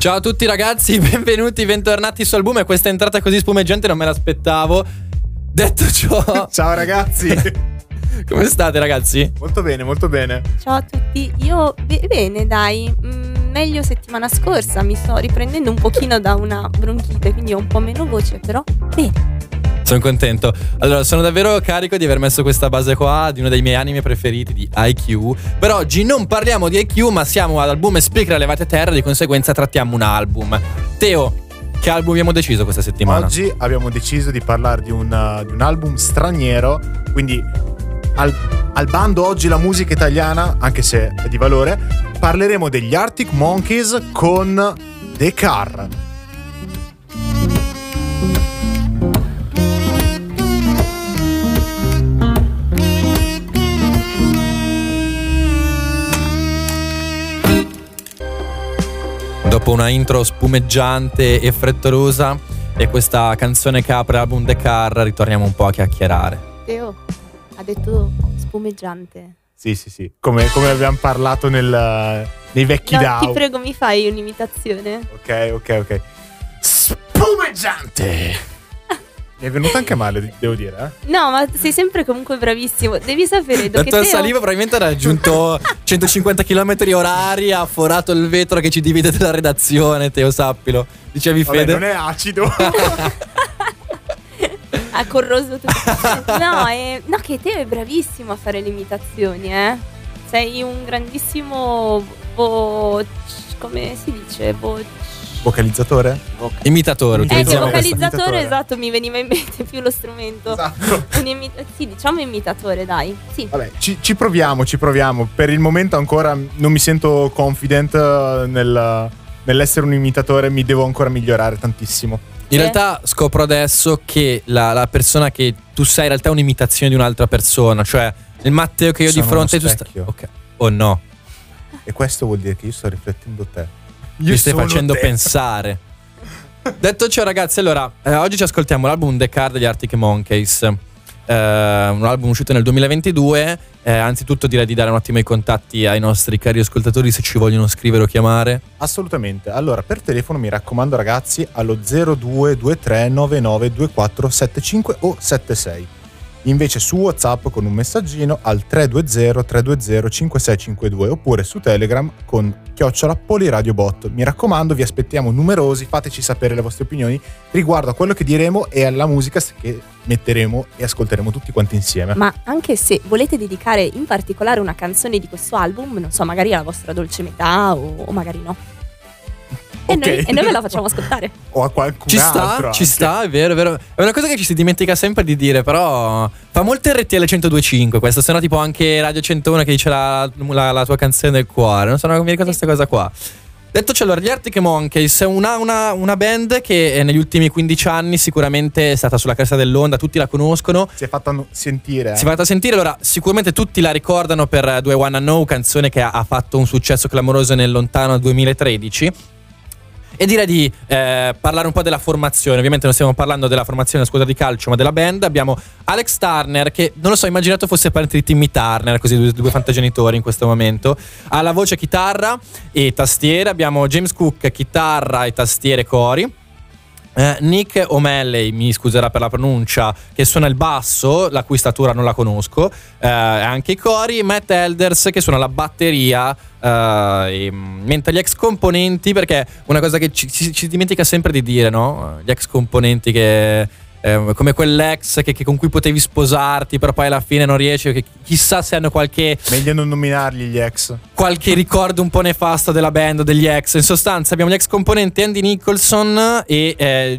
Ciao a tutti ragazzi, benvenuti, bentornati su Album. E questa entrata così spumeggiante non me l'aspettavo. Detto ciò, ciao ragazzi. Come state ragazzi? Molto bene, molto bene. Ciao a tutti, io bene dai, meglio settimana scorsa, mi sto riprendendo un pochino da una bronchite, quindi ho un po' meno voce, però bene. Sono contento. Allora, sono davvero carico di aver messo questa base qua di uno dei miei anime preferiti, di IQ. Per oggi non parliamo di IQ, ma siamo ad Album e Speaker a levate terra, di conseguenza trattiamo un album. Teo, che album abbiamo deciso questa settimana? Oggi abbiamo deciso di parlare di un album straniero, quindi al bando oggi la musica italiana, anche se è di valore. Parleremo degli Arctic Monkeys con The Car. Dopo una intro spumeggiante e frettolosa e questa canzone che apre l'album The Car, ritorniamo un po' a chiacchierare. Teo ha detto spumeggiante. Sì, come abbiamo parlato nei vecchi DAO. Ti prego, mi fai un'imitazione? Ok. Spumeggiante! Mi è venuta anche male, devo dire, No, ma sei sempre comunque bravissimo. Devi sapere La tua saliva probabilmente ha raggiunto 150 km/h, ha forato il vetro che ci divide dalla redazione, Teo, sappilo. Dicevi Fede? Non è acido. Ha corroso tutto. No, che Teo è bravissimo a fare le imitazioni, Sei un grandissimo come si dice? Vocalizzatore? Imitatore, utilizziamo vocalizzatore, esatto, mi veniva in mente più lo strumento. Esatto. Sì, diciamo imitatore, dai. Sì. Vabbè, ci proviamo. Per il momento ancora non mi sento confident nell'essere un imitatore, mi devo ancora migliorare tantissimo. In realtà scopro adesso che la persona che tu sei in realtà è un'imitazione di un'altra persona, cioè il Matteo che io sono di fronte uno tu specchio. Ok. Oh no. E questo vuol dire che io sto riflettendo te. Mi stai facendo pensare. Detto ciò ragazzi, allora oggi ci ascoltiamo l'album The Car degli Arctic Monkeys, un album uscito nel 2022. Anzitutto direi di dare un attimo i contatti ai nostri cari ascoltatori se ci vogliono scrivere o chiamare. Assolutamente. Allora, per telefono mi raccomando ragazzi allo 0223 99 24 75 o 76. Invece su WhatsApp con un messaggino al 320 320 5652 oppure su Telegram con @poliradiobot. Mi raccomando, vi aspettiamo numerosi, fateci sapere le vostre opinioni riguardo a quello che diremo e alla musica che metteremo e ascolteremo tutti quanti insieme. Ma anche se volete dedicare in particolare una canzone di questo album, non so, magari alla vostra dolce metà o magari no. Okay. E noi ve la facciamo ascoltare. O a qualcun altro. Ci sta, è vero. È una cosa che ci si dimentica sempre di dire, però fa molto RTL 102.5 questo, se no tipo anche Radio 101 che dice la tua canzone del cuore. Non so, non mi ricordo questa cosa qua. Detto ciò, allora, gli Arctic Monkeys è una band che negli ultimi 15 anni sicuramente è stata sulla cresta dell'onda, tutti la conoscono. Si è fatta sentire. Si è fatta sentire, allora sicuramente tutti la ricordano per Do I Wanna Know, canzone che ha fatto un successo clamoroso nel lontano 2013. E direi di parlare un po' della formazione. Ovviamente non stiamo parlando della formazione della squadra di calcio, ma della band. Abbiamo Alex Turner, che non lo so, immaginato fosse parente di Timmy Turner, così due fantagenitori in questo momento. Ha la voce, chitarra e tastiere. Abbiamo James Cook, chitarra e tastiere, cori. Nick O'Malley, mi scuserà per la pronuncia, che suona il basso, la cui statura non la conosco, anche i cori. Matt Elders che suona la batteria, mentre gli ex componenti, perché una cosa che ci dimentica sempre di dire, no? Gli ex componenti che come quell'ex con cui potevi sposarti, però poi alla fine non riesci, che chissà se hanno qualche, meglio non nominarli gli ex, qualche ricordo un po' nefasto della band o degli ex. In sostanza abbiamo gli ex componenti Andy Nicholson e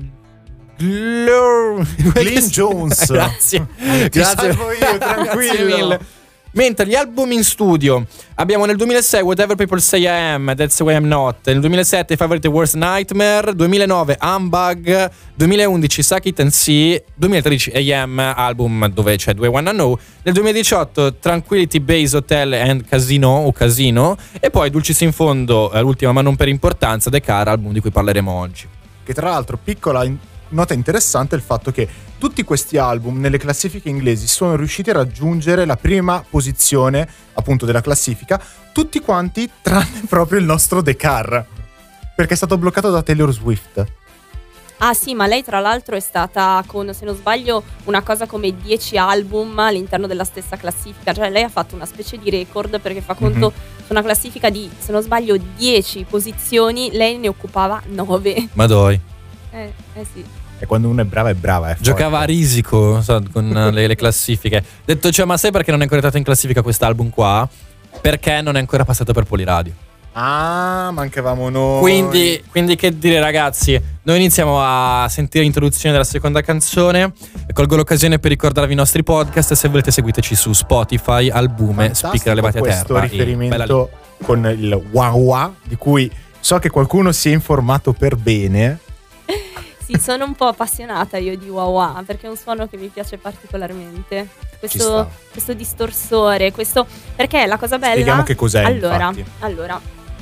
Glyn Jones. Grazie. Ti salvo io, tranquillo. Grazie mille. Mentre gli album in studio abbiamo nel 2006 Whatever People Say I Am, That's the Way I'm Not, nel 2007 Favorite Worst Nightmare, 2009 Humbug, 2011 Suck It and See, 2013 AM, album dove c'è Do I Wanna Know, nel 2018 Tranquility Base Hotel and Casino o Casino, e poi Dulcis in fondo, l'ultima ma non per importanza, The Car, album di cui parleremo oggi. Che tra l'altro, piccola nota interessante, è il fatto che tutti questi album nelle classifiche inglesi sono riusciti a raggiungere la prima posizione appunto della classifica, tutti quanti tranne proprio il nostro The Car. perché è stato bloccato da Taylor Swift. Ah sì, ma lei tra l'altro è stata con, se non sbaglio, una cosa come 10 album all'interno della stessa classifica. Cioè lei ha fatto una specie di record, perché fa conto su una classifica di, se non sbaglio, 10 posizioni, lei ne occupava 9. Ma doi. Sì. E quando uno è brava è brava, è forte. Giocava a risico, non so, con le classifiche. Detto ciò, ma sai perché non è ancora entrato in classifica quest'album qua? Perché non è ancora passato per Poliradio. Ah, mancavamo noi. Quindi che dire, ragazzi, noi iniziamo a sentire l'introduzione della seconda canzone. Colgo l'occasione per ricordarvi i nostri podcast. Se volete seguiteci su Spotify, Albume, Fantastico Speaker Levati a questo Terra. riferimento con il wah, di cui so che qualcuno si è informato per bene. Sì, sono un po' appassionata io di wah, perché è un suono che mi piace particolarmente. Questo distorsore, perché la cosa bella. Spieghiamo che cos'è. Allora.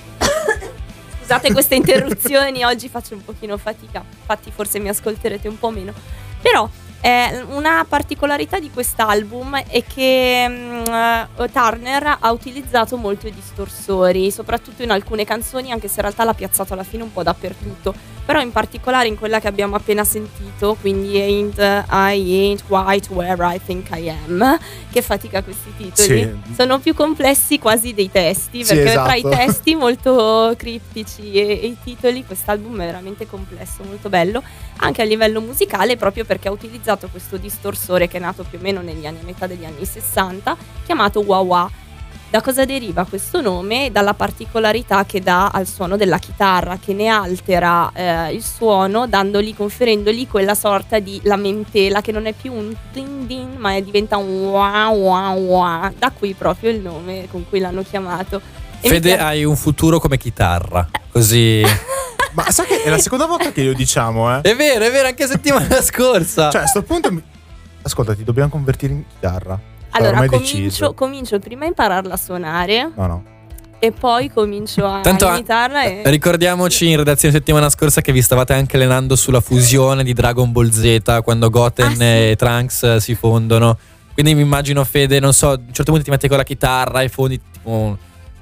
Scusate queste interruzioni, oggi faccio un pochino fatica, infatti forse mi ascolterete un po' meno. Però una particolarità di quest'album è che Turner ha utilizzato molto i distorsori, soprattutto in alcune canzoni, anche se in realtà l'ha piazzato alla fine un po' dappertutto. Però in particolare in quella che abbiamo appena sentito, quindi I ain't quite where I think I am, che fatica questi titoli, sì. Sono più complessi quasi dei testi, perché sì, esatto. Tra i testi molto criptici e i titoli, quest'album è veramente complesso, molto bello, anche a livello musicale, proprio perché ha utilizzato questo distorsore che è nato più o meno metà degli anni 60, chiamato wah. Da cosa deriva questo nome? Dalla particolarità che dà al suono della chitarra, che ne altera il suono, conferendogli quella sorta di lamentela che non è più un din din, ma diventa un wah. Da qui proprio il nome con cui l'hanno chiamato. E Fede, hai un futuro come chitarra, così. Ma sai che è la seconda volta che lo diciamo, È vero, anche settimana scorsa. Cioè a sto punto ascolta, ti dobbiamo convertire in chitarra. Allora comincio prima a impararla a suonare. No. E poi comincio a imitarla. Ricordiamoci in redazione settimana scorsa che vi stavate anche allenando sulla fusione di Dragon Ball Z, quando Goten e Trunks si fondono. Quindi mi immagino, Fede, non so, a un certo punto ti metti con la chitarra e fondi tipo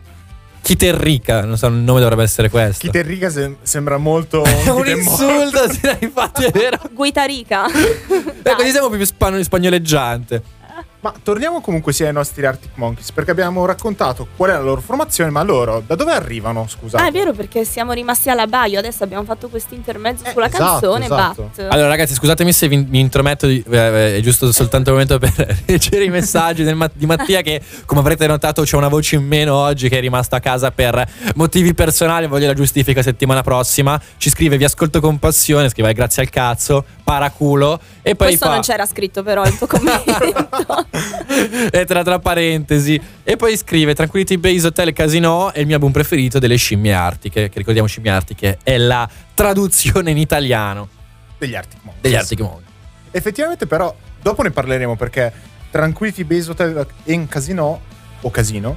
Chiterrica, non so, il nome dovrebbe essere questo. Chiterrica sembra molto un insulto, sì, infatti è vero. Guitarica. Così siamo più spagnoleggiante. Ma torniamo comunque sia ai nostri Arctic Monkeys, perché abbiamo raccontato qual è la loro formazione, ma loro da dove arrivano, scusate? È vero, perché siamo rimasti alla Baio, adesso abbiamo fatto questo intermezzo sulla canzone, esatto. But. Allora ragazzi, scusatemi se mi intrometto, è giusto soltanto il momento per leggere i messaggi di Mattia, che come avrete notato c'è una voce in meno oggi, che è rimasto a casa per motivi personali, voglio la giustifica settimana prossima. Ci scrive: vi ascolto con passione, scrive grazie al cazzo, paraculo, e poi questo non c'era scritto però il tuo commento. E tra parentesi, e poi scrive: Tranquility Base Hotel Casino è il mio album preferito delle Scimmie Artiche, che ricordiamo Scimmie Artiche è la traduzione in italiano degli Arctic Monkeys. Effettivamente, però dopo ne parleremo, perché Tranquility Base Hotel in Casino o Casino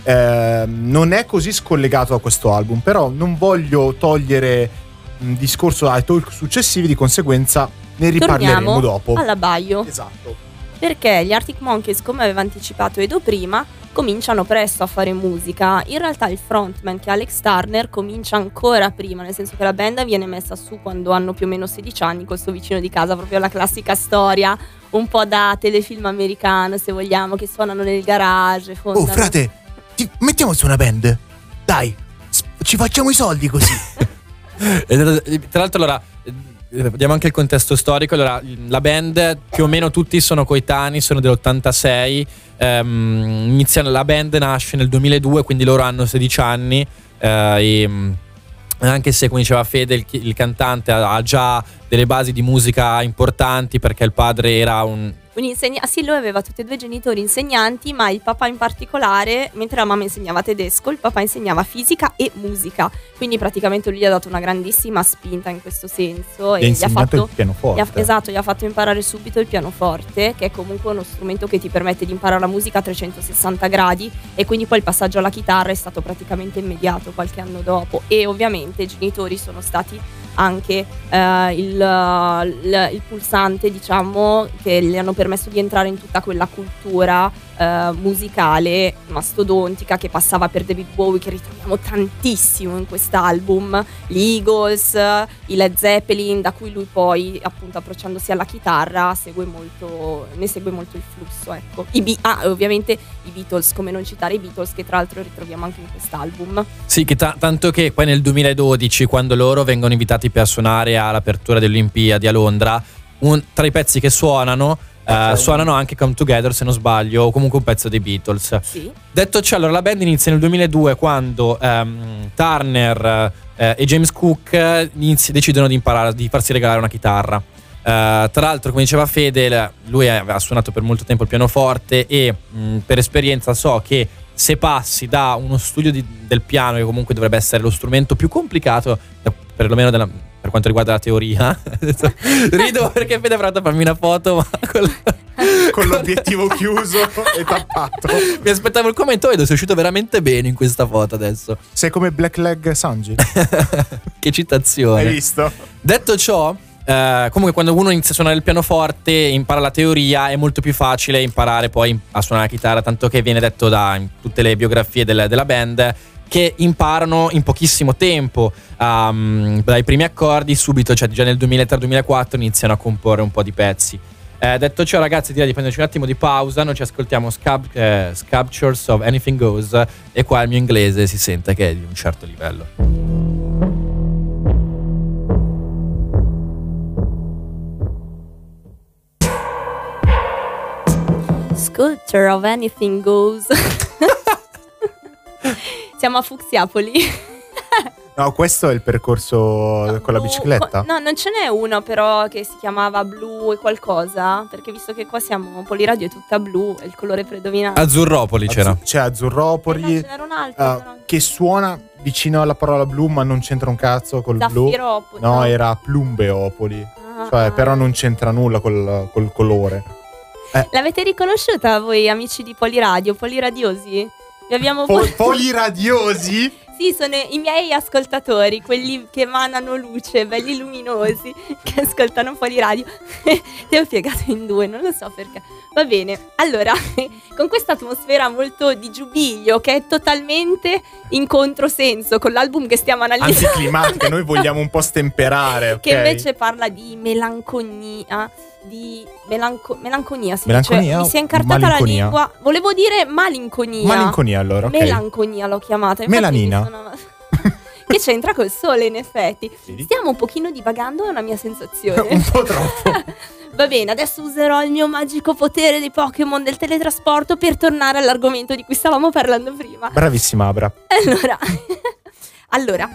non è così scollegato da questo album, però non voglio togliere un discorso ai talk successivi, di conseguenza ne riparleremo dopo. Alla Baio. Esatto. Perché gli Arctic Monkeys, come aveva anticipato Edo prima, cominciano presto a fare musica. In realtà il frontman, che è Alex Turner, comincia ancora prima, nel senso che la band viene messa su quando hanno più o meno 16 anni, col suo vicino di casa, proprio la classica storia, un po' da telefilm americano, se vogliamo, che suonano nel garage. Oh frate, mettiamo su una band, dai, ci facciamo i soldi così. Tra l'altro, allora, diamo anche il contesto storico. Allora, la band più o meno tutti sono coetanei, sono dell'86. La band nasce nel 2002, quindi loro hanno 16 anni. Anche se, come diceva Fede, il cantante ha già delle basi di musica importanti, perché il padre era un sì, lui aveva tutti e due genitori insegnanti, ma il papà in particolare, mentre la mamma insegnava tedesco, il papà insegnava fisica e musica, quindi praticamente lui gli ha dato una grandissima spinta in questo senso e gli ha fatto il pianoforte. Gli ha fatto imparare subito il pianoforte, che è comunque uno strumento che ti permette di imparare la musica a 360 gradi, e quindi poi il passaggio alla chitarra è stato praticamente immediato qualche anno dopo. E ovviamente i genitori sono stati anche il pulsante, diciamo, che gli hanno permesso di entrare in tutta quella cultura musicale mastodontica che passava per David Bowie, che ritroviamo tantissimo in quest'album, gli Eagles, i Led Zeppelin, da cui lui poi, appunto, approcciandosi alla chitarra ne segue molto il flusso, ecco. Ovviamente i Beatles, come non citare i Beatles, che tra l'altro ritroviamo anche in quest'album. Sì, che tanto che poi nel 2012, quando loro vengono invitati per suonare all'apertura delle Olimpiadi a Londra, tra i pezzi che suonano anche Come Together, se non sbaglio, o comunque un pezzo dei Beatles. Sì. Detto ciò, allora la band inizia nel 2002 quando Turner e James Cook decidono di farsi regalare una chitarra. Tra l'altro, come diceva Fede, lui aveva suonato per molto tempo il pianoforte e per esperienza so che se passi da uno studio del piano, che comunque dovrebbe essere lo strumento più complicato, perlomeno per quanto riguarda la teoria, rido perché Fede avrà fatto farmi una foto, ma con l'obiettivo chiuso e tappato. Mi aspettavo il commento, vedo sei uscito veramente bene in questa foto adesso. Sei come Black Leg Sanji. Che citazione. Hai visto? Detto ciò, comunque quando uno inizia a suonare il pianoforte, impara la teoria, è molto più facile imparare poi a suonare la chitarra, tanto che viene detto in tutte le biografie della band che imparano in pochissimo tempo, dai primi accordi subito, cioè già nel 2003-2004 iniziano a comporre un po' di pezzi. Detto ciò, ragazzi, direi di prenderci un attimo di pausa. Noi ci ascoltiamo Sculptures of Anything Goes, e qua il mio inglese si sente che è di un certo livello. Sculpture of Anything Goes. Siamo a Fuxiapoli. No, questo è il percorso con la bicicletta? No, non ce n'è uno però che si chiamava Blu e qualcosa, perché visto che qua siamo, Poliradio è tutta blu, è il colore predominante. Azzurropoli c'era. C'è Azzurropoli, No, ce n'era un altro. che suona vicino alla parola blu, ma non c'entra un cazzo col blu. Zaffiropoli. No, era Plumbeopoli. Però non c'entra nulla col colore. L'avete riconosciuta voi, amici di Poliradio, Poliradiosi? Vi abbiamo Poliradiosi? Sì, sono i miei ascoltatori, quelli che emanano luce, belli luminosi, che ascoltano Poliradio. Ti ho piegato in due, non lo so perché. Va bene, allora, con questa atmosfera molto di giubilio, che è totalmente in controsenso con l'album che stiamo analizzando, anticlimatica, noi vogliamo un po' stemperare, che invece parla di melanconia, melanconia si dice. Mi si è incartata malinconia. La lingua. Volevo dire malinconia. Malinconia, allora, ok. Melanconia l'ho chiamata. Infatti Melanina. che c'entra col sole, in effetti. Sì. Stiamo un pochino divagando, è una mia sensazione. Un po' troppo. Va bene, adesso userò il mio magico potere dei Pokémon del teletrasporto per tornare all'argomento di cui stavamo parlando prima. Bravissima, Abra. Allora.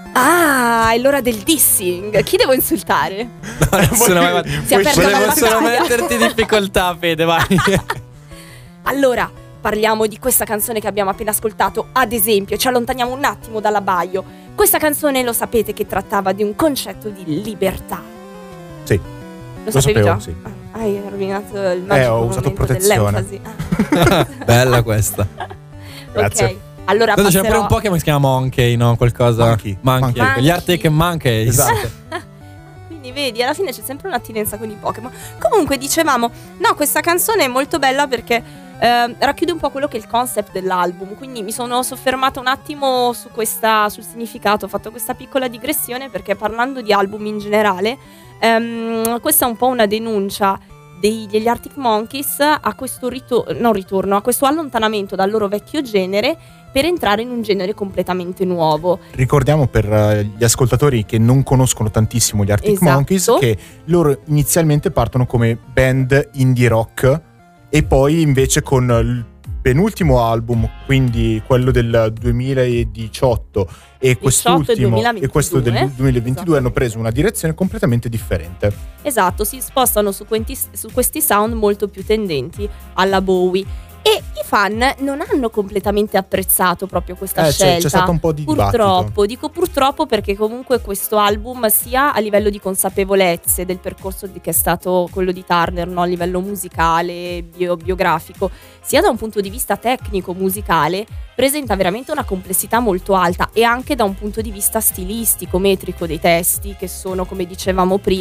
È l'ora del dissing. Chi devo insultare? No, nessuno Si è aperta una volevo solo battaglia. metterti in difficoltà, Fede, vai. Allora, parliamo di questa canzone che abbiamo appena ascoltato. Ad esempio, ci allontaniamo un attimo dall'abbaio. Questa canzone, lo sapete, che trattava di un concetto di libertà. Sì. Lo sapevi sapevo, già? sì. Hai rovinato il magico ho usato momento protezione. dell'enfasi. Bella questa. Grazie. Ok, allora Tanto c'è pure passerò. un po' che si chiama Monkey, no? Qualcosa. Monkey. Gli Arctic Monkeys. Esatto. Quindi vedi, alla fine c'è sempre un'attinenza con i Pokémon. Comunque dicevamo, no, questa canzone è molto bella perché racchiude un po' quello che è il concept dell'album. Quindi mi sono soffermata un attimo sul significato. Ho fatto questa piccola digressione perché, parlando di album in generale, questa è un po' una denuncia degli Arctic Monkeys a questo a questo allontanamento dal loro vecchio genere per entrare in un genere completamente nuovo. Ricordiamo per gli ascoltatori che non conoscono tantissimo gli Arctic Esatto. Monkeys che loro inizialmente partono come band indie rock e poi invece con il penultimo album, quindi quello del 2018 e quest'ultimo e questo del 2022 esatto. Hanno preso una direzione completamente differente. Esatto, si spostano su questi sound molto più tendenti alla Bowie. E i fan non hanno completamente apprezzato proprio questa scelta. C'è stato un po' di dibattito. Dico purtroppo perché comunque questo album, sia a livello di consapevolezze del percorso che è stato quello di Turner, no? A livello musicale, biografico, sia da un punto di vista tecnico musicale, presenta veramente una complessità molto alta, e anche da un punto di vista stilistico, metrico dei testi, che sono, come dicevamo prima,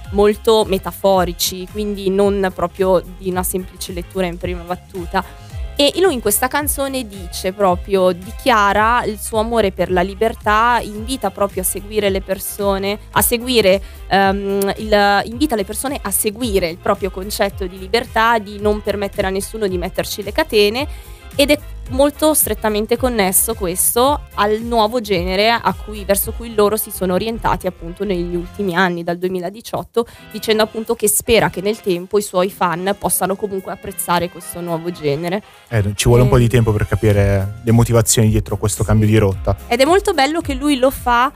molto metaforici, quindi non proprio di una semplice lettura in prima battuta. E lui in questa canzone dichiara il suo amore per la libertà, invita proprio a seguire le persone, invita le persone a seguire il proprio concetto di libertà, di non permettere a nessuno di metterci le catene, ed è molto strettamente connesso questo al nuovo genere verso cui loro si sono orientati appunto negli ultimi anni, dal 2018, dicendo appunto che spera che nel tempo i suoi fan possano comunque apprezzare questo nuovo genere. Ci vuole un po' di tempo per capire le motivazioni dietro questo cambio di rotta. Ed è molto bello che lui lo fa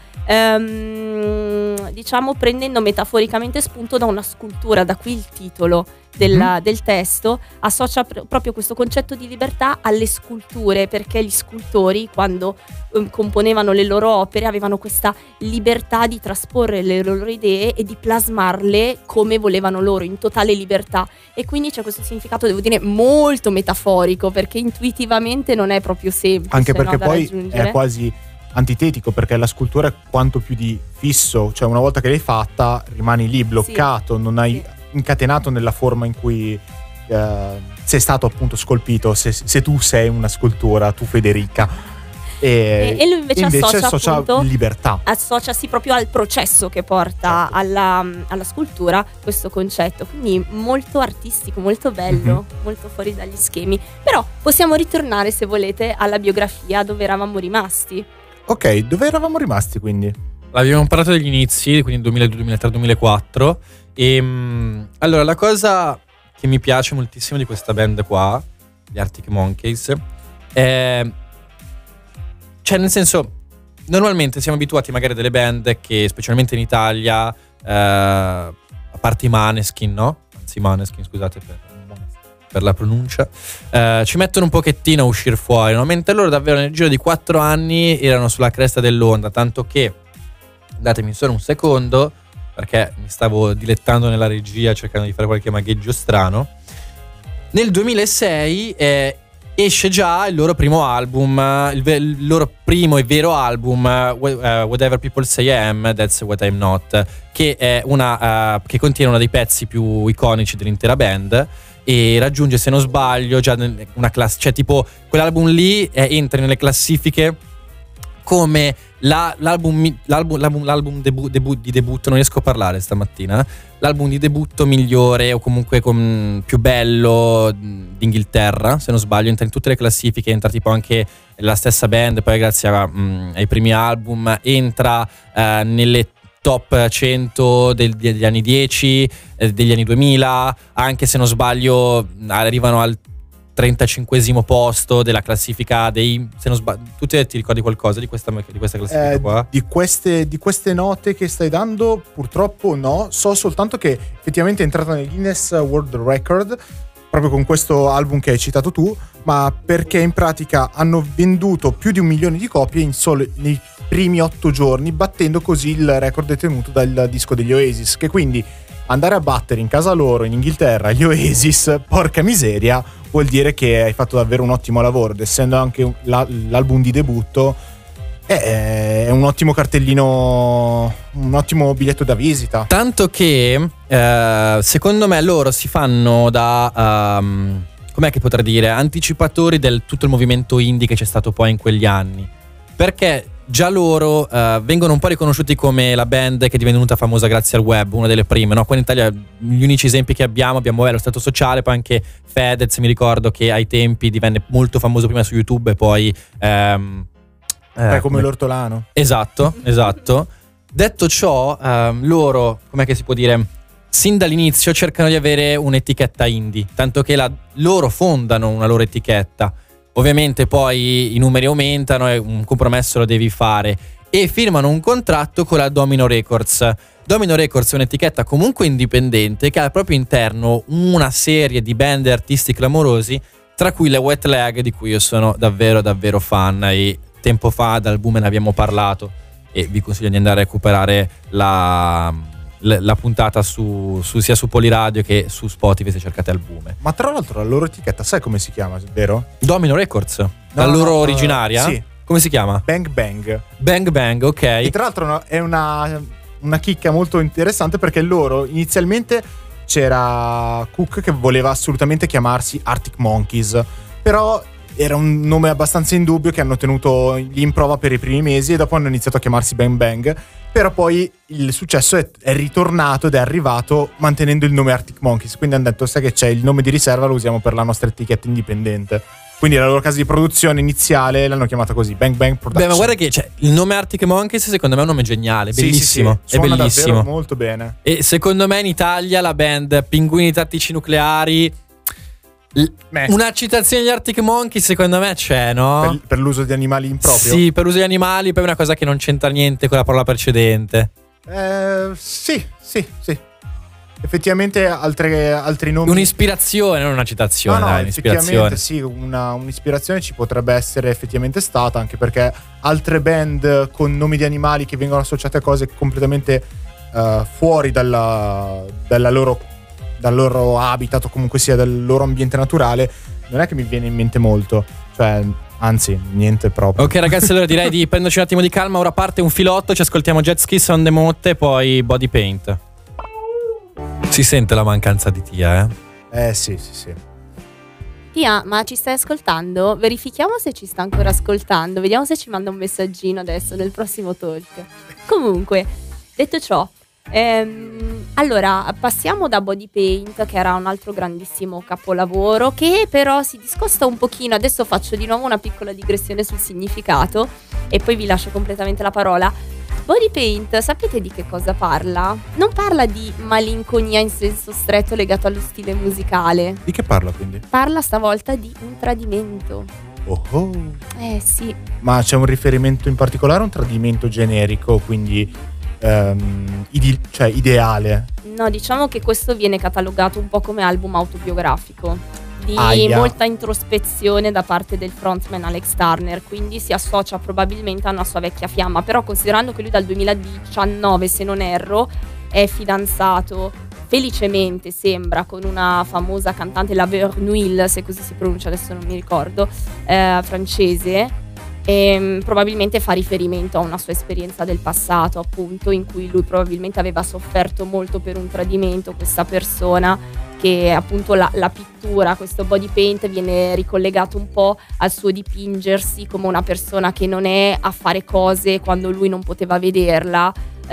diciamo prendendo metaforicamente spunto da una scultura, da qui il titolo del testo, associa proprio questo concetto di libertà alle sculture, perché gli scultori quando componevano le loro opere avevano questa libertà di trasporre le loro idee e di plasmarle come volevano loro, in totale libertà, e quindi c'è questo significato, devo dire, molto metaforico, perché intuitivamente non è proprio semplice, anche perché da poi raggiungere. È quasi antitetico, perché la scultura è quanto più di fisso, cioè una volta che l'hai fatta rimani lì bloccato, non hai incatenato nella forma in cui sei stato appunto scolpito, se tu sei una scultura, tu Federica. E lui invece associa appunto, libertà, associasi proprio al processo che porta alla scultura questo concetto, quindi molto artistico, molto bello, molto fuori dagli schemi. Però possiamo ritornare, se volete, alla biografia dove eravamo rimasti. Ok, dove eravamo rimasti quindi? Abbiamo parlato degli inizi, quindi 2002, 2003, 2004. E allora la cosa che mi piace moltissimo di questa band qua, gli Arctic Monkeys, è, cioè nel senso, normalmente siamo abituati magari a delle band che, specialmente in Italia, a parte i Maneskin, no? Anzi, Maneskin, scusate per la pronuncia, ci mettono un pochettino a uscire fuori, no? Mentre loro davvero nel giro di 4 anni erano sulla cresta dell'onda, tanto che, datemi solo un secondo, perché mi stavo dilettando nella regia cercando di fare qualche magheggio strano. Nel 2006 esce già il loro primo album, il loro primo e vero album, Whatever People Say I Am, That's What I'm Not, che è che contiene uno dei pezzi più iconici dell'intera band, e raggiunge, se non sbaglio, già una classe, cioè tipo quell'album lì entra nelle classifiche come l'album di debutto, non riesco a parlare stamattina, l'album di debutto migliore o comunque più bello d'Inghilterra, se non sbaglio, entra in tutte le classifiche, entra tipo anche la stessa band, poi grazie ai primi album entra nelle top 100 degli anni 10, degli anni 2000, anche se non sbaglio arrivano al 35esimo posto della classifica dei, se non sbaglio, tu ti ricordi qualcosa di questa classifica qua? Di queste note che stai dando purtroppo no, so soltanto che effettivamente è entrata nel Guinness World Record proprio con questo album che hai citato tu, ma perché in pratica hanno venduto più di 1 milione di copie nei primi 8 giorni, battendo così il record detenuto dal disco degli Oasis, che quindi andare a battere in casa loro in Inghilterra gli Oasis, porca miseria, vuol dire che hai fatto davvero un ottimo lavoro, ed essendo anche l'album di debutto è un ottimo cartellino, un ottimo biglietto da visita. Tanto che secondo me loro si fanno da com'è che potrei dire, anticipatori del tutto il movimento indie che c'è stato poi in quegli anni, perché già loro vengono un po' riconosciuti come la band che è divenuta famosa grazie al web, una delle prime, no? Qua in Italia gli unici esempi che abbiamo lo Stato Sociale, poi anche Fedez, mi ricordo che ai tempi divenne molto famoso prima su YouTube e poi come l'ortolano. Esatto. Detto ciò, loro, com'è che si può dire, sin dall'inizio cercano di avere un'etichetta indie, tanto che loro fondano una loro etichetta. Ovviamente poi i numeri aumentano e un compromesso lo devi fare, e firmano un contratto con la Domino Records. Domino Records è un'etichetta comunque indipendente che ha al proprio interno una serie di band e artisti clamorosi, tra cui le Wet Leg, di cui io sono davvero davvero fan, e tempo fa dal boom ne abbiamo parlato e vi consiglio di andare a recuperare la puntata sia su Poliradio che su Spotify se cercate Albume. Ma tra l'altro la loro etichetta sai come si chiama, vero? Domino Records, la loro originaria? Sì. Come si chiama? Bang Bang. Bang Bang, ok. E tra l'altro è una una chicca molto interessante, perché loro inizialmente c'era Cook che voleva assolutamente chiamarsi Arctic Monkeys, però era un nome abbastanza indubbio che hanno tenuto in prova per i primi mesi e dopo hanno iniziato a chiamarsi Bang Bang, però poi il successo è ritornato ed è arrivato mantenendo il nome Arctic Monkeys, quindi hanno detto sai che c'è, il nome di riserva lo usiamo per la nostra etichetta indipendente. Quindi la loro casa di produzione iniziale l'hanno chiamata così, Bang Bang Production. Beh, ma guarda che il nome Arctic Monkeys secondo me è un nome geniale, bellissimo. Sì. Suona è bellissimo. davvero molto bene. E secondo me in Italia la band Pinguini Tattici Nucleari, una citazione degli Arctic Monkeys secondo me c'è, no? Per l'uso di animali improprio? Sì, per l'uso di animali, poi è una cosa che non c'entra niente con la parola precedente. Sì. Effettivamente altri nomi. Un'ispirazione, non una citazione, no, dai, effettivamente sì, un'ispirazione ci potrebbe essere effettivamente stata, anche perché altre band con nomi di animali che vengono associate a cose completamente fuori dal loro habitat o comunque sia dal loro ambiente naturale, non è che mi viene in mente molto, cioè anzi niente proprio. Ok ragazzi, allora direi di prenderci un attimo di calma, ora parte un filotto, ci ascoltiamo Jet Skis on the Motte e poi Body Paint. Si sente la mancanza di Tia, Sì. Tia, ma ci stai ascoltando? Verifichiamo se ci sta ancora ascoltando. Vediamo se ci manda un messaggino adesso nel prossimo talk. Comunque, detto ciò, allora passiamo da Body Paint, che era un altro grandissimo capolavoro, che però si discosta un pochino. Adesso faccio di nuovo una piccola digressione sul significato e poi vi lascio completamente la parola. Body Paint, sapete di che cosa parla? Non parla di malinconia in senso stretto legato allo stile musicale. Di che parla quindi? Parla stavolta di un tradimento. Oh. Sì. Ma c'è un riferimento in particolare, un tradimento generico, quindi cioè ideale? No, diciamo che questo viene catalogato un po' come album autobiografico, di molta introspezione da parte del frontman Alex Turner, quindi si associa probabilmente a una sua vecchia fiamma, però considerando che lui dal 2019, se non erro, è fidanzato felicemente, sembra, con una famosa cantante, la Vernouille, se così si pronuncia, adesso non mi ricordo, francese, e probabilmente fa riferimento a una sua esperienza del passato, appunto, in cui lui probabilmente aveva sofferto molto per un tradimento, questa persona, che appunto la pittura, questo body paint, viene ricollegato un po' al suo dipingersi come una persona che non è a fare cose quando lui non poteva vederla,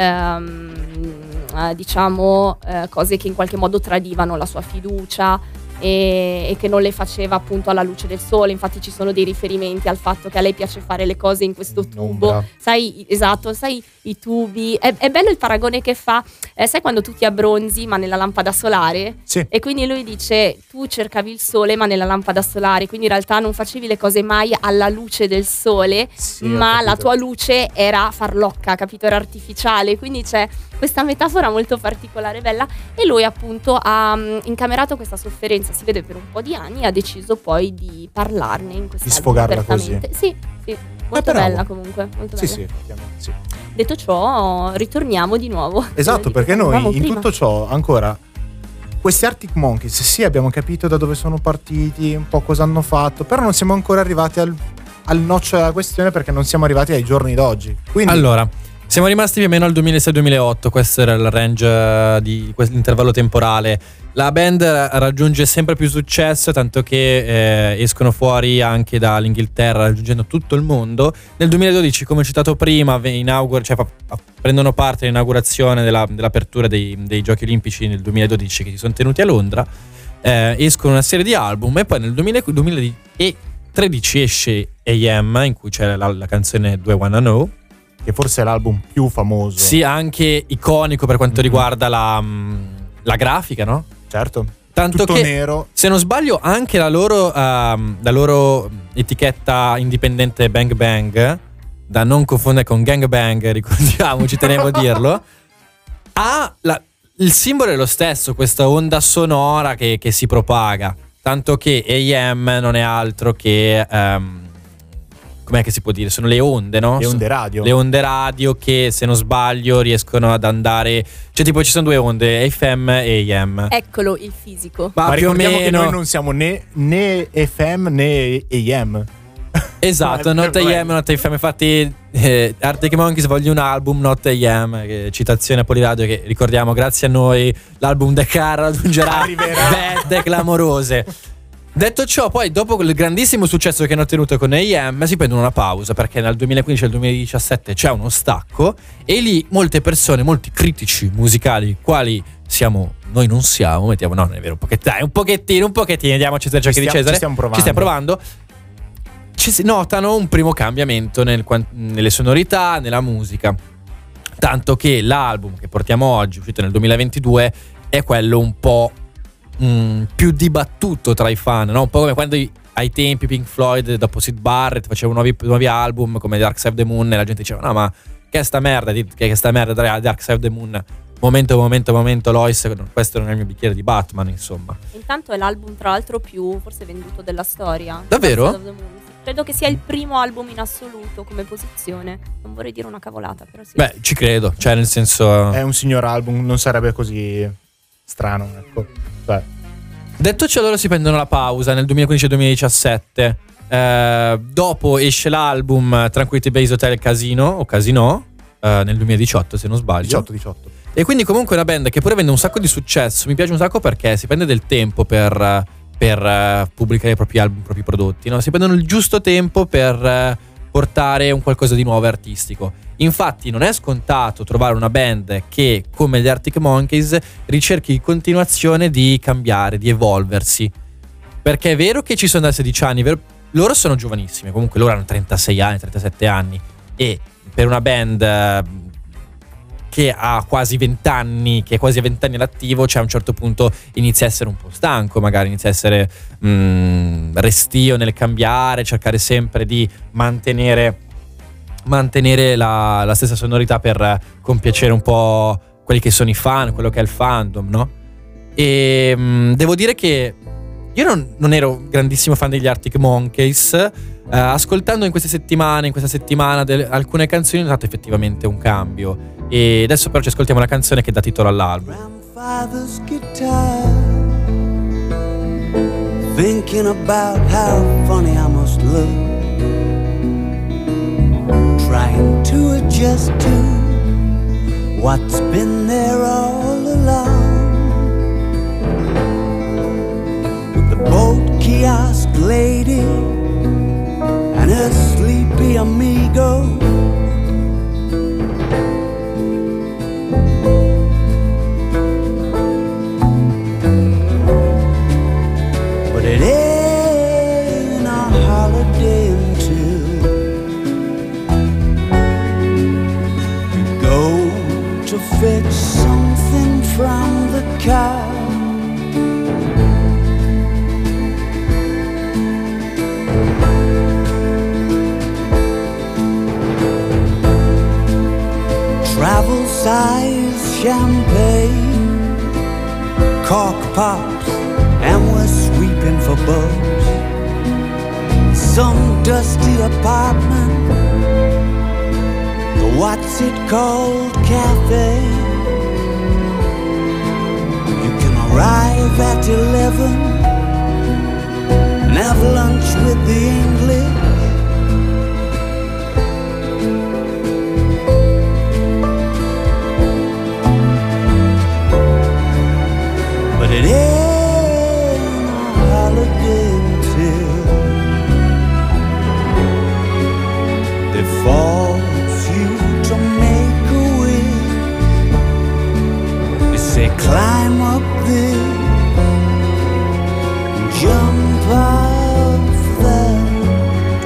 diciamo cose che in qualche modo tradivano la sua fiducia e che non le faceva appunto alla luce del sole. Infatti ci sono dei riferimenti al fatto che a lei piace fare le cose in questo tubo, sai, esatto, sai, i tubi, è bello il paragone che fa, sai quando tu ti abbronzi ma nella lampada solare? Sì. E quindi lui dice tu cercavi il sole ma nella lampada solare, quindi in realtà non facevi le cose mai alla luce del sole, sì, ma la tua luce era farlocca, capito? Era artificiale, quindi c'è questa metafora molto particolare, bella, e lui appunto ha incamerato questa sofferenza, si vede, per un po' di anni, e ha deciso poi di parlarne in questa, di sfogarla così. Sì, molto bella comunque, molto bella. Sì, effettivamente sì. Detto ciò, ritorniamo di nuovo. Esatto, perché noi in tutto ciò ancora questi Arctic Monkeys, sì, abbiamo capito da dove sono partiti, un po' cosa hanno fatto, però non siamo ancora arrivati al nocciolo della questione, perché non siamo arrivati ai giorni d'oggi. Quindi allora, siamo rimasti più o meno al 2006-2008, questo era il range di quell'intervallo temporale. La band raggiunge sempre più successo, tanto che escono fuori anche dall'Inghilterra, raggiungendo tutto il mondo. Nel 2012, come ho citato prima, prendono parte all'inaugurazione dell'apertura dei Giochi Olimpici nel 2012, che si sono tenuti a Londra. Escono una serie di album e poi nel 2013 esce AM, in cui c'è la canzone Do I Wanna Know, che forse è l'album più famoso. Sì, anche iconico per quanto riguarda la grafica, no? Certo. Tanto tutto che, nero. se non sbaglio, anche la loro etichetta indipendente Bang Bang, da non confondere con Gang Bang, ricordiamoci, tenevo a dirlo, il simbolo è lo stesso, questa onda sonora che si propaga. Tanto che AM non è altro che com'è che si può dire? Sono le onde, no? Le onde radio. Le onde radio che, se non sbaglio, riescono ad andare, cioè tipo ci sono due onde, FM e AM. Eccolo il fisico. Ma più o ricordiamo meno che noi non siamo né FM né AM. Esatto, Not AM, Not FM. Infatti Arctic Monkeys voglio un album, Not AM, citazione a Poliradio, che ricordiamo grazie a noi l'album The Car raggiungerà vette clamorose. Detto ciò, poi dopo quel grandissimo successo che hanno ottenuto con AM si prendono una pausa, perché dal 2015 al 2017 c'è uno stacco e lì molte persone, molti critici musicali, quali siamo, noi non siamo, mettiamo, no, non è vero, un pochettino, diamo a Cesare ciò che di Cesare, ci stiamo provando. Ci notano un primo cambiamento nelle sonorità, nella musica, tanto che l'album che portiamo oggi, uscito nel 2022, è quello un po' più dibattuto tra i fan, no? Un po' come quando ai tempi Pink Floyd dopo Syd Barrett facevano nuovi album come Dark Side of the Moon e la gente diceva no, ma che è sta merda Dark Side of the Moon, momento Lois, questo non è il mio bicchiere di Batman, insomma. Intanto è l'album tra l'altro più forse venduto della storia. Davvero? Credo che sia il primo album in assoluto come posizione. Non vorrei dire una cavolata, però sì. Beh, ci credo, cioè nel senso è un signor album, non sarebbe così strano, ecco. Beh. Detto ciò, loro si prendono la pausa nel 2015-2017. Dopo esce l'album Tranquility Base Hotel Casino nel 2018 se non sbaglio. 18. E quindi comunque è una band che pur avendo un sacco di successo mi piace un sacco perché si prende del tempo per pubblicare i propri album, i propri prodotti, no? Si prendono il giusto tempo per portare un qualcosa di nuovo e artistico. Infatti non è scontato trovare una band che, come gli Arctic Monkeys, ricerchi in continuazione di cambiare, di evolversi. Perché è vero che ci sono da 16 anni, loro sono giovanissimi, comunque loro hanno 36 anni, 37 anni, e per una band che ha quasi 20 anni, che è quasi a 20 anni all'attivo, cioè a un certo punto inizia a essere un po' stanco, magari inizia a essere restio nel cambiare, cercare sempre di mantenere la stessa sonorità per compiacere un po' quelli che sono i fan, quello che è il fandom, no? E devo dire che io non ero un grandissimo fan degli Arctic Monkeys. Ascoltando in questa settimana alcune canzoni ho notato effettivamente un cambio. E adesso però ci ascoltiamo la canzone che dà titolo all'album. Grandfather's guitar, thinking about how funny I must look, trying to adjust to what's been there all along. With the boat kiosk lady and her sleepy amigo, but it ain't a holiday until you go to fetch something from the car. Travel size champagne, cork pops, and we're sweeping for bugs. Some dusty apartment, the what's it called cafe. You can arrive at 11 and have lunch with the English. But it ain't a holiday until they force you to make a wish. They say climb up there and jump off that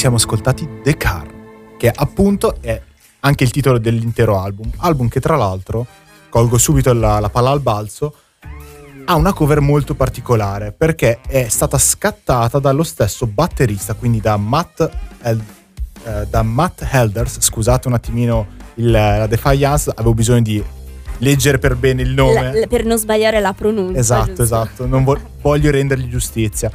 siamo ascoltati The Car, che appunto è anche il titolo dell'intero album che tra l'altro, colgo subito la palla al balzo, ha una cover molto particolare perché è stata scattata dallo stesso batterista, quindi da Matt Helders. Scusate un attimino la defiance, avevo bisogno di leggere per bene il nome per non sbagliare la pronuncia. Esatto, non voglio rendergli giustizia.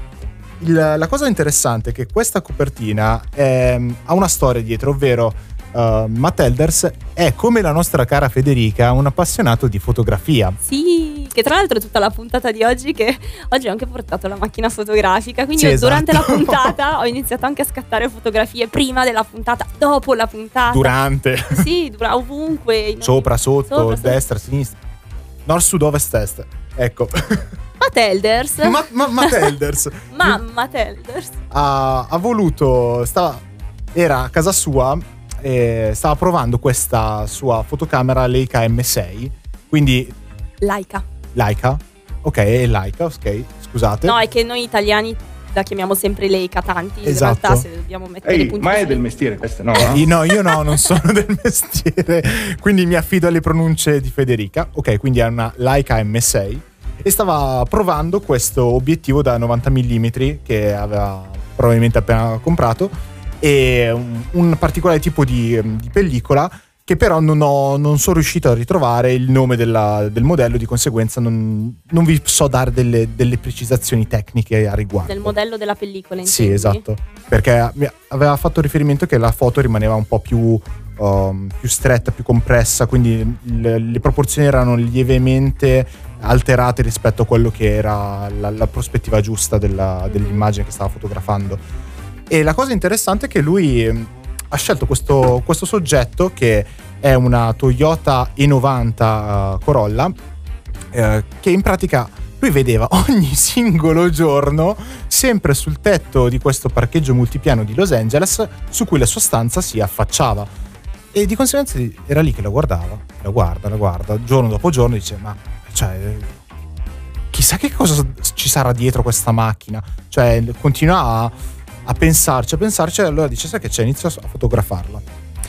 La cosa interessante è che questa copertina ha una storia dietro, ovvero Matt Helders è, come la nostra cara Federica, un appassionato di fotografia. Sì, che tra l'altro tutta la puntata di oggi, che oggi ho anche portato la macchina fotografica, quindi sì, io durante esatto. la puntata ho iniziato anche a scattare fotografie prima della puntata, dopo la puntata. Durante. Sì, ovunque. Sopra, sotto, Sopra, destra, sinistra, nord, sud, ovest, est. Ecco. Matt Helders. Matt Helders. Matt Helders ha voluto, era a casa sua e stava provando questa sua fotocamera Leica M6, quindi Leica, ok, è Leica, ok, scusate. no, è che noi italiani la chiamiamo sempre Leica, tanti in Esatto. realtà se dobbiamo mettere i punti Ma è su- del mestiere questo, no? No, io no, non sono del mestiere, quindi mi affido alle pronunce di Federica. Ok, quindi è una Leica M6 e stava provando questo obiettivo da 90 mm che aveva probabilmente appena comprato, e un particolare tipo di pellicola che però non sono riuscito a ritrovare il nome del modello, di conseguenza non vi so dare delle precisazioni tecniche a riguardo. del modello della pellicola, Sì, intendi? esatto, perché aveva fatto riferimento che la foto rimaneva un po' più stretta, più compressa, quindi le proporzioni erano lievemente alterate rispetto a quello che era la prospettiva giusta dell'immagine che stava fotografando. E la cosa interessante è che lui ha scelto questo soggetto, che è una Toyota E90 Corolla, che in pratica lui vedeva ogni singolo giorno sempre sul tetto di questo parcheggio multipiano di Los Angeles, su cui la sua stanza si affacciava, e di conseguenza era lì che la guarda giorno dopo giorno, dice: ma cioè, chissà che cosa ci sarà dietro questa macchina, cioè continua a pensarci, e allora dice: sai che c'è, inizio a fotografarla.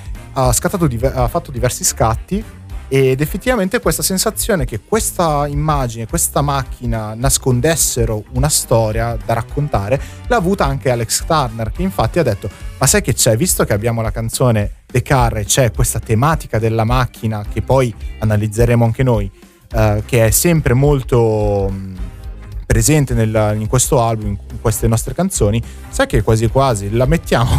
Ha fatto diversi scatti, ed effettivamente questa sensazione che questa immagine, questa macchina nascondessero una storia da raccontare l'ha avuta anche Alex Turner, che infatti ha detto: ma sai che c'è, visto che abbiamo la canzone The Car e c'è questa tematica della macchina che poi analizzeremo anche noi, che è sempre molto presente in questo album, in queste nostre canzoni, sai che quasi quasi la mettiamo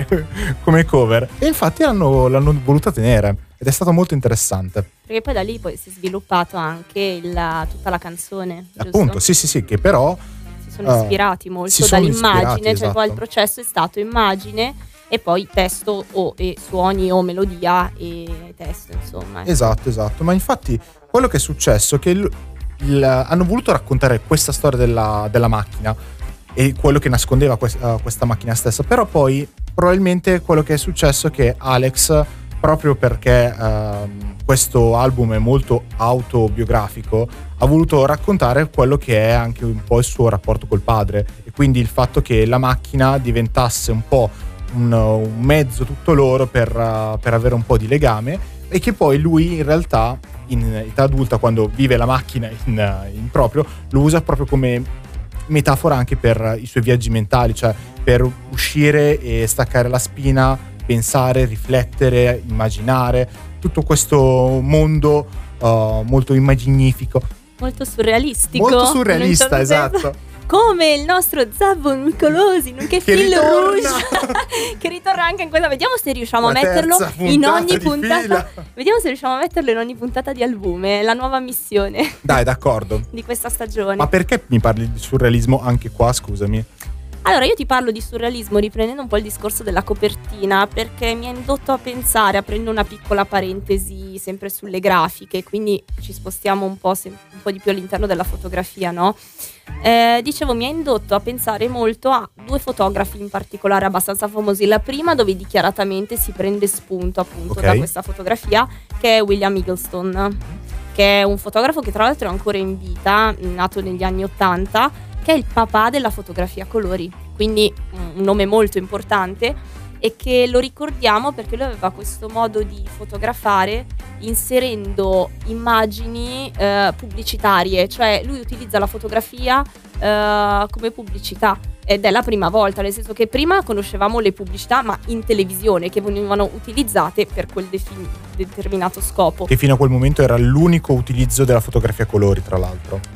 come cover. E infatti l'hanno voluta tenere, ed è stato molto interessante. Perché poi da lì poi si è sviluppato anche tutta la canzone, giusto? Appunto, sì, che però si sono ispirati molto dall'immagine, cioè esatto. poi il processo è stato immagine e poi testo e suoni o melodia e testo, insomma. Esatto, ma infatti quello che è successo è che hanno voluto raccontare questa storia della macchina e quello che nascondeva questa macchina stessa, però poi probabilmente quello che è successo è che Alex, proprio perché questo album è molto autobiografico, ha voluto raccontare quello che è anche un po' il suo rapporto col padre, e quindi il fatto che la macchina diventasse un po' un mezzo tutto loro per avere un po' di legame, e che poi lui in realtà in età adulta, quando vive la macchina in proprio, lo usa proprio come metafora anche per i suoi viaggi mentali, cioè per uscire e staccare la spina, pensare, riflettere, immaginare tutto questo mondo molto immaginifico, Molto surrealistico. molto in un surrealista, certo senso. esatto. Come il nostro Zabbo Nicolosi, nonché Che Fil ritorna! Rouge, che ritorna anche in questa. Vediamo se riusciamo a La metterlo terza in puntata ogni di puntata. fila. Vediamo se riusciamo a metterlo in ogni puntata di albume. La nuova missione Dai, d'accordo. di questa stagione. Ma perché mi parli di surrealismo anche qua, scusami? Allora, io ti parlo di surrealismo riprendendo un po' il discorso della copertina, perché mi ha indotto a pensare, aprendo una piccola parentesi sempre sulle grafiche, quindi ci spostiamo un po' di più all'interno della fotografia, no? Dicevo, mi ha indotto a pensare molto a due fotografi in particolare abbastanza famosi. La prima, dove dichiaratamente si prende spunto appunto da questa fotografia, che è William Eggleston, che è un fotografo che tra l'altro è ancora in vita, nato negli anni '80, che è il papà della fotografia a colori. quindi un nome molto importante, e che lo ricordiamo perché lui aveva questo modo di fotografare inserendo immagini pubblicitarie, cioè lui utilizza la fotografia come pubblicità, ed è la prima volta, nel senso che prima conoscevamo le pubblicità ma in televisione, che venivano utilizzate per quel determinato scopo. Che fino a quel momento era l'unico utilizzo della fotografia a colori, tra l'altro.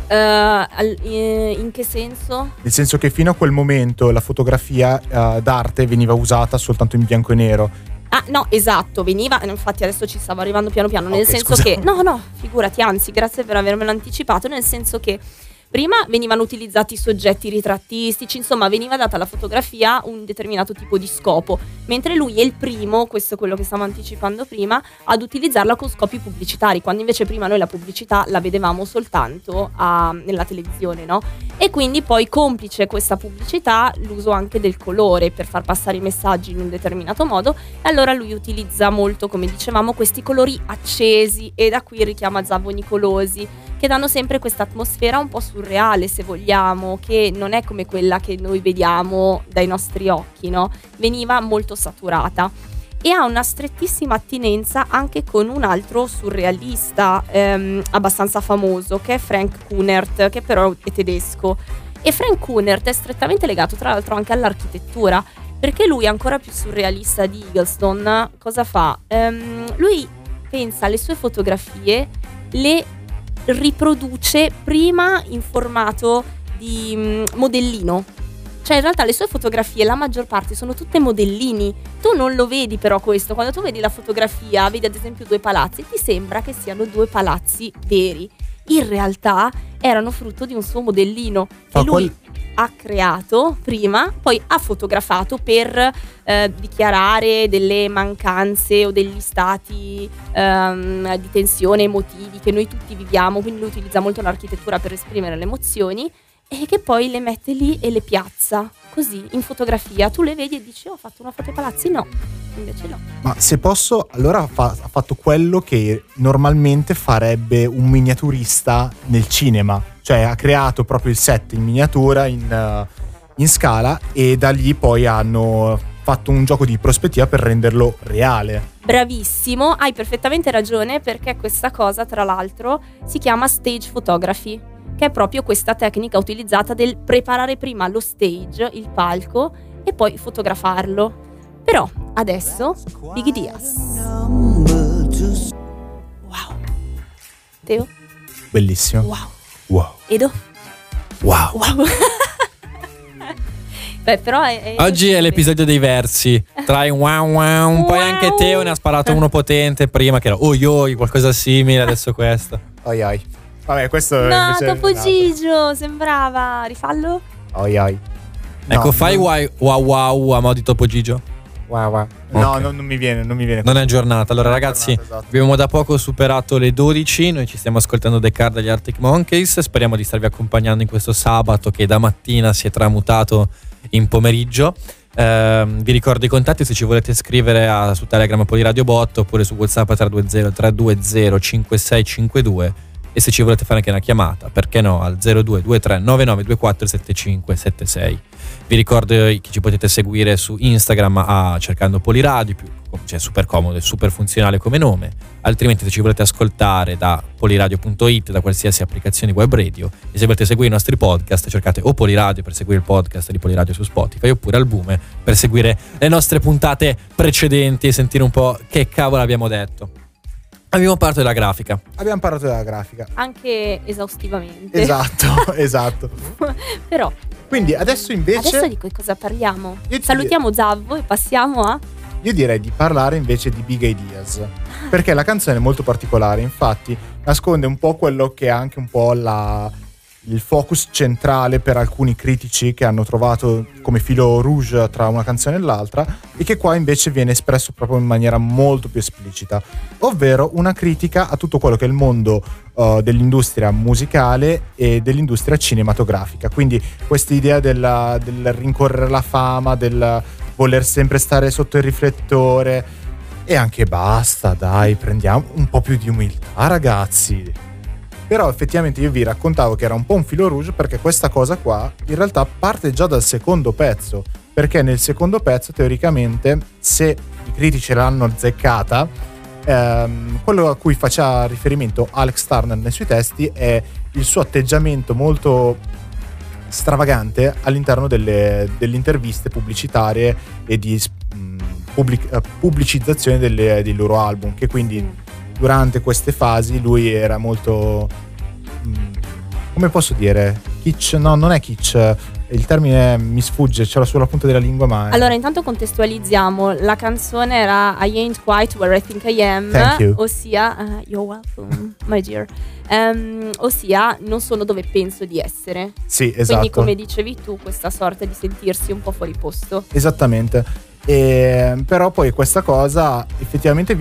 In che senso? Nel senso che fino a quel momento la fotografia d'arte veniva usata soltanto in bianco e nero. Ah no, esatto, veniva, infatti adesso ci stavo arrivando piano piano, nel senso scusa. che no, figurati, anzi, grazie per avermelo anticipato, nel senso che prima venivano utilizzati soggetti ritrattistici, insomma veniva data alla fotografia un determinato tipo di scopo, mentre lui è il primo, questo è quello che stavo anticipando prima, ad utilizzarla con scopi pubblicitari, quando invece prima noi la pubblicità la vedevamo soltanto nella televisione, no? E quindi poi, complice questa pubblicità, l'uso anche del colore per far passare i messaggi in un determinato modo, e allora lui utilizza molto, come dicevamo, questi colori accesi, e da qui richiama Zavvo Nicolosi, che danno sempre questa atmosfera un po' surreale, se vogliamo, che non è come quella che noi vediamo dai nostri occhi, no? Veniva molto saturata, e ha una strettissima attinenza anche con un altro surrealista abbastanza famoso, che è Frank Kunert, che però è tedesco. E Frank Kunert è strettamente legato tra l'altro anche all'architettura, perché lui è ancora più surrealista di Eaglestone. Cosa fa? Lui pensa alle sue fotografie, le riproduce prima in formato di modellino, cioè in realtà le sue fotografie, la maggior parte, sono tutte modellini. Tu non lo vedi però questo, quando tu vedi la fotografia, vedi ad esempio 2 palazzi, ti sembra che siano 2 palazzi veri, in realtà erano frutto di un suo modellino che lui ha creato prima, poi ha fotografato per dichiarare delle mancanze o degli stati di tensione emotivi che noi tutti viviamo, quindi lui utilizza molto l'architettura per esprimere le emozioni, e che poi le mette lì e le piazza così in fotografia. Tu le vedi e dici: ho fatto una foto ai palazzi? No, invece no. Ma se posso, allora ha fatto quello che normalmente farebbe un miniaturista nel cinema, cioè ha creato proprio il set in miniatura in scala, e da lì poi hanno fatto un gioco di prospettiva per renderlo reale. Bravissimo, hai perfettamente ragione, perché questa cosa tra l'altro si chiama stage photography, che è proprio questa tecnica utilizzata del preparare prima lo stage, il palco, e poi fotografarlo. Però adesso Big Diaz. Wow. Teo? Bellissimo. Wow. Wow. Edo? Wow. Wow. Beh, però oggi è l'episodio dei versi. Tra i wow wow. Poi anche Teo ne ha sparato uno potente prima, che era oi qualcosa simile, adesso questo. Oi oi. Vabbè, questo no, Topo Gigio, sembrava. Rifallo? Oi oi. Ecco, no, fai wow a mo' di Topo Gigio. Wow. No, non mi viene. Non è aggiornata. Allora ragazzi, esatto. Abbiamo da poco superato le 12. Noi ci stiamo ascoltando The Card dagli Arctic Monkeys. Speriamo di starvi accompagnando in questo sabato che da mattina si è tramutato in pomeriggio. Vi ricordo i contatti se ci volete scrivere su Telegram Poliradio Bot, oppure su WhatsApp 320 320 5652, e se ci volete fare anche una chiamata, perché no, al 0223 9924 7576. Vi ricordo che ci potete seguire su Instagram cercando Poliradio, cioè super comodo e super funzionale come nome. Altrimenti se ci volete ascoltare da poliradio.it, da qualsiasi applicazione web radio, e se volete seguire i nostri podcast cercate o Poliradio per seguire il podcast di Poliradio su Spotify, oppure Albume per seguire le nostre puntate precedenti e sentire un po' che cavolo abbiamo detto. Abbiamo parlato della grafica. Abbiamo parlato della grafica. Anche esaustivamente. Esatto. Però quindi adesso invece... Adesso di che cosa parliamo? Salutiamo Zavvo e passiamo a... Io direi di parlare invece di Big Ideas, perché la canzone è molto particolare, infatti nasconde un po' quello che è anche un po' il focus centrale per alcuni critici che hanno trovato come filo rouge tra una canzone e l'altra, e che qua invece viene espresso proprio in maniera molto più esplicita, ovvero una critica a tutto quello che è il mondo dell'industria musicale e dell'industria cinematografica. Quindi questa idea del rincorrere la fama, del voler sempre stare sotto il riflettore, e anche basta, dai, prendiamo un po' più di umiltà, ragazzi. Però effettivamente io vi raccontavo che era un po' un filo rouge, perché questa cosa qua in realtà parte già dal secondo pezzo, perché nel secondo pezzo teoricamente, se i critici l'hanno azzeccata, quello a cui faceva riferimento Alex Turner nei suoi testi è il suo atteggiamento molto stravagante all'interno delle interviste pubblicitarie e di pubblicizzazione dei loro album, che quindi durante queste fasi lui era molto come posso dire, kitsch? No, non è kitsch, il termine mi sfugge, ce l'ho sulla punta della lingua, ma allora intanto contestualizziamo. La canzone era I Ain't Quite Where I Think I Am, Thank you. ossia you're welcome my dear, ossia non sono dove penso di essere. sì, esatto. Quindi come dicevi tu, questa sorta di sentirsi un po' fuori posto. Esattamente. Però poi questa cosa effettivamente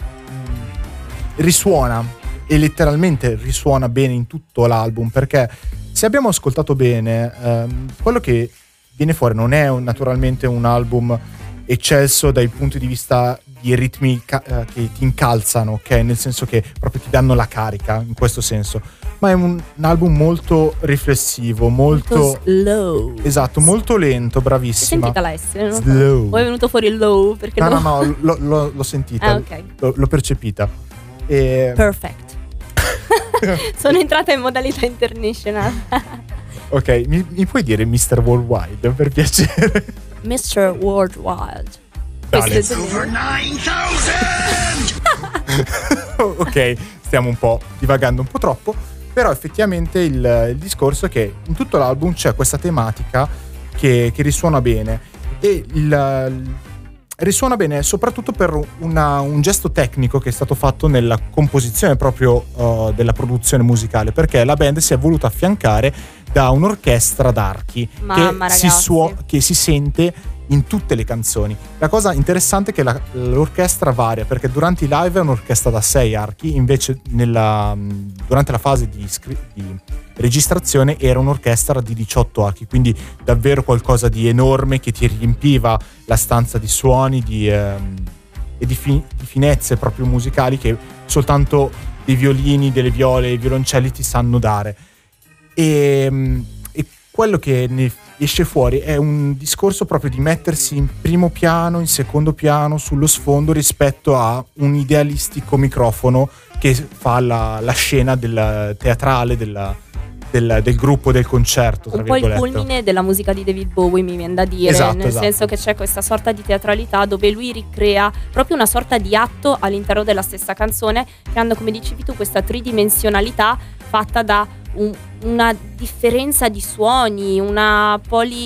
risuona, e letteralmente risuona bene in tutto l'album, perché se abbiamo ascoltato bene, quello che viene fuori non è naturalmente un album eccelso dai punti di vista di ritmi che ti incalzano, ok? Nel senso che proprio ti danno la carica, in questo senso. Ma è un album molto riflessivo, molto slow. Esatto, molto lento, bravissima. Sentita la S, no? Slow. O è venuto fuori il low? Perché No, l'ho sentita, ok. l'ho percepita. Perfect. Sono entrata in modalità international. Ok, mi puoi dire Mr. Worldwide, per piacere? Mr. Worldwide. Dale. Questo è Over 9,000! Ok, stiamo un po' divagando un po' troppo, però effettivamente il discorso è che in tutto l'album c'è questa tematica che risuona bene, e risuona bene soprattutto per un gesto tecnico che è stato fatto nella composizione proprio della produzione musicale, perché la band si è voluta affiancare da un'orchestra d'archi che si sente in tutte le canzoni. La cosa interessante è che l'orchestra varia, perché durante i live è un'orchestra da 6 archi, invece durante la fase di registrazione era un'orchestra di 18 archi, quindi davvero qualcosa di enorme che ti riempiva la stanza di suoni e di finezze proprio musicali che soltanto dei violini, delle viole e i violoncelli ti sanno dare. E quello che ne esce fuori è un discorso proprio di mettersi in primo piano, in secondo piano, sullo sfondo, rispetto a un idealistico microfono che fa la scena teatrale del gruppo, del concerto, tra un po' il virgolette. culmine della musica di David Bowie, mi viene da dire, Esatto. senso che c'è questa sorta di teatralità dove lui ricrea proprio una sorta di atto all'interno della stessa canzone, creando, come dicevi tu, questa tridimensionalità fatta da una differenza di suoni, una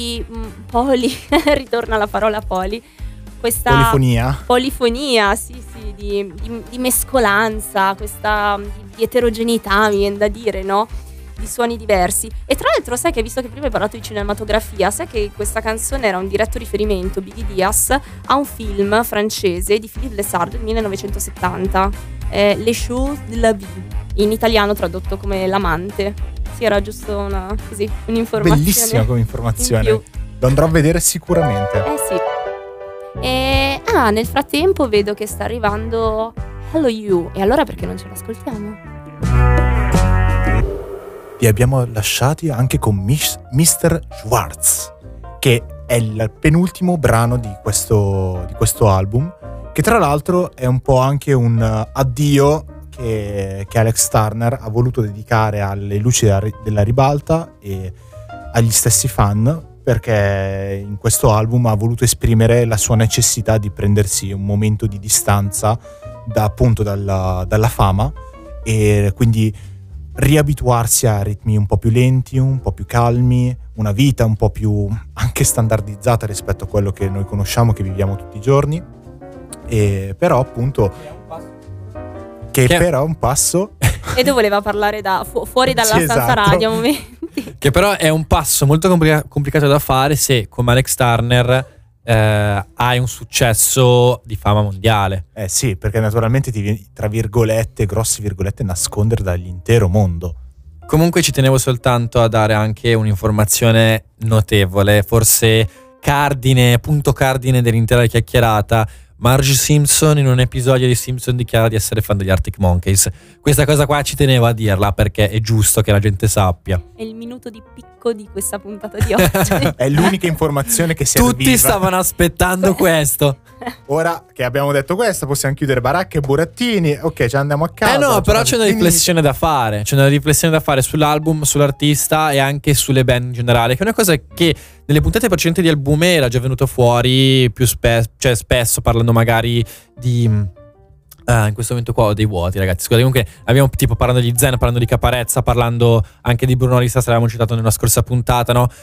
ritorna la parola questa polifonia, sì, di mescolanza, questa di eterogeneità, mi viene da dire, no? Di suoni diversi. E tra l'altro, sai che, visto che prima hai parlato di cinematografia, sai che questa canzone era un diretto riferimento, Biggie Diaz, a un film francese di Philippe Lessard del 1970, Les Choses de la Vie, in italiano tradotto come L'amante. Sì, era giusto un'informazione. Bellissima come informazione. In più. Lo andrò a vedere sicuramente. Sì. Nel frattempo vedo che sta arrivando Hello You, e allora perché non ce l'ascoltiamo? Li abbiamo lasciati anche con Mr. Schwartz, che è il penultimo brano di questo album, che tra l'altro è un po' anche un addio che Alex Turner ha voluto dedicare alle luci della ribalta e agli stessi fan, perché in questo album ha voluto esprimere la sua necessità di prendersi un momento di distanza dalla fama, e quindi riabituarsi a ritmi un po' più lenti, un po' più calmi, una vita un po' più anche standardizzata rispetto a quello che noi conosciamo, che viviamo tutti i giorni. E però appunto però è un passo. Edo voleva parlare fuori dalla Sì, stanza esatto. radio a momenti. Che però è un passo molto complicato da fare se, come Alex Turner, hai un successo di fama mondiale. Sì, perché naturalmente ti vieni, tra virgolette, grosse virgolette, nascondere dall'intero mondo. Comunque ci tenevo soltanto a dare anche un'informazione notevole, forse punto cardine dell'intera chiacchierata, Marge Simpson in un episodio di Simpson dichiara di essere fan degli Arctic Monkeys. Questa cosa qua ci tenevo a dirla perché è giusto che la gente sappia. È il minuto di picco di questa puntata di oggi. È l'unica informazione che serviva. Tutti stavano aspettando questo. Ora che abbiamo detto questo, possiamo chiudere baracche e burattini. Ok, ci andiamo a casa. No, però c'è una finito. riflessione da fare. C'è una riflessione da fare sull'album, sull'artista e anche sulle band in generale. Che è una cosa che nelle puntate precedenti di album era già venuto fuori più spesso, parlando magari di. In questo momento qua ho dei vuoti, ragazzi. Scusate, comunque abbiamo tipo parlando di Zen, parlando di Caparezza, parlando anche di Bruno Risas, l'avevamo citato nella scorsa puntata, no?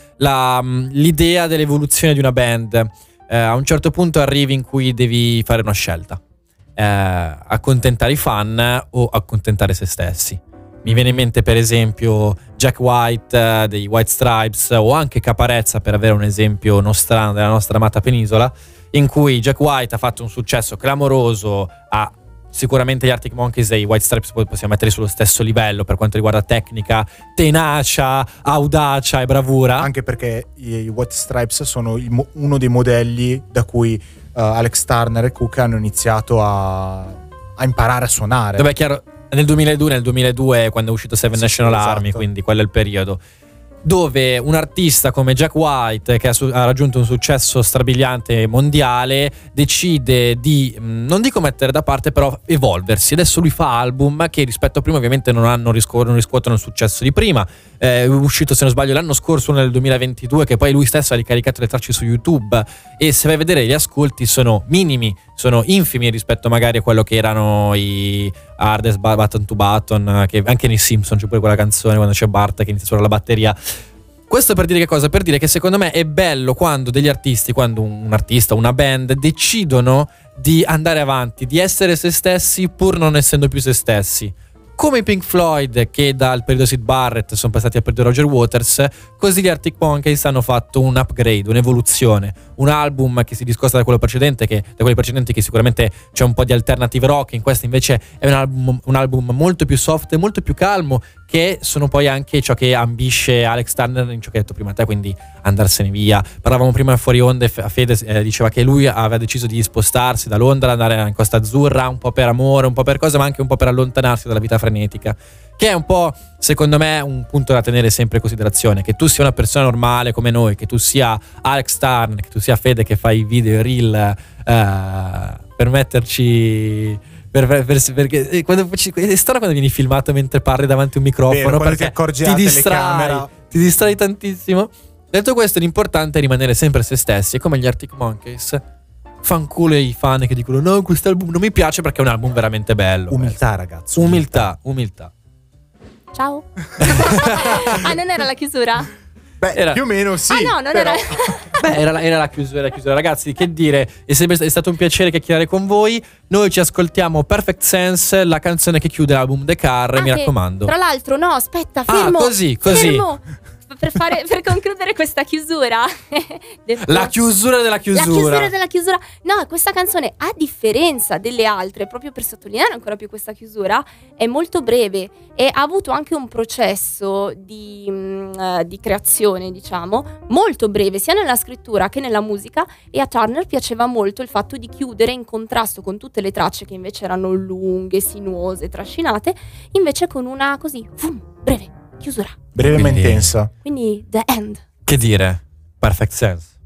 L'idea dell'evoluzione di una band. A un certo punto arrivi in cui devi fare una scelta, accontentare i fan o accontentare se stessi. Mi viene in mente per esempio Jack White dei White Stripes, o anche Caparezza, per avere un esempio nostrano della nostra amata penisola, in cui Jack White ha fatto un successo clamoroso, ha sicuramente gli Arctic Monkeys e i White Stripes possiamo metterli sullo stesso livello per quanto riguarda tecnica, tenacia, audacia e bravura. Anche perché i White Stripes sono uno dei modelli da cui Alex Turner e Cook hanno iniziato a imparare a suonare. Vabbè, chiaro, nel 2002 quando è uscito Seven National Army, esatto. quindi quello è il periodo dove un artista come Jack White, che ha raggiunto un successo strabiliante mondiale, decide di, non dico mettere da parte, però evolversi. Adesso lui fa album che rispetto a prima ovviamente non riscuotono il successo di prima. È uscito, se non sbaglio, l'anno scorso, nel 2022, che poi lui stesso ha ricaricato le tracce su YouTube, e se vai a vedere gli ascolti sono minimi, sono infimi rispetto magari a quello che erano i Hardest Button to Button, che anche nei Simpson c'è pure quella canzone quando c'è Bart che inizia a suonare la batteria. Questo per dire che cosa? Per dire che secondo me è bello quando degli artisti, quando un artista, una band decidono di andare avanti, di essere se stessi pur non essendo più se stessi. Come i Pink Floyd, che dal periodo Syd Barrett sono passati al periodo Roger Waters, così gli Arctic Monkeys hanno fatto un upgrade, un'evoluzione, un album che si discosta da quelli precedenti, che sicuramente c'è un po' di alternative rock. In questo invece è un album molto più soft e molto più calmo, che sono poi anche ciò che ambisce Alex Turner in ciò che hai detto prima te, quindi andarsene via. Parlavamo prima fuori onde, Fede diceva che lui aveva deciso di spostarsi da Londra, andare in Costa Azzurra, un po' per amore, un po' per cose, ma anche un po' per allontanarsi dalla vita frenetica, che è un po', secondo me, un punto da tenere sempre in considerazione. Che tu sia una persona normale come noi, che tu sia Alex Turner, che tu sia Fede che fai video reel per metterci... perché quando è strano quando vieni filmato mentre parli davanti a un microfono. Vero, perché ti distrai tantissimo. Detto questo, l'importante è rimanere sempre se stessi. E come gli Arctic Monkeys, fanculo i fan che dicono no, quest'album non mi piace, perché è un album veramente bello. Umiltà, ragazzi. Umiltà. Ciao. Non era la chiusura? Beh, più o meno sì. No, non però... era. Era la chiusura. Ragazzi, che dire, è stato un piacere chiacchierare con voi. Noi ci ascoltiamo Perfect Sense, la canzone che chiude l'album The Car, mi raccomando. Tra l'altro, no, aspetta, fermo. Così. Fermo. Per concludere questa chiusura. La chiusura della chiusura. No, questa canzone, a differenza delle altre, proprio per sottolineare ancora più questa chiusura, è molto breve e ha avuto anche un processo di creazione, diciamo, molto breve, sia nella scrittura che nella musica. E a Turner piaceva molto il fatto di chiudere, in contrasto con tutte le tracce che invece erano lunghe, sinuose, trascinate, invece con una così, breve chiusura. Breve ma intensa. Quindi The End. Che dire? Perfect Sense.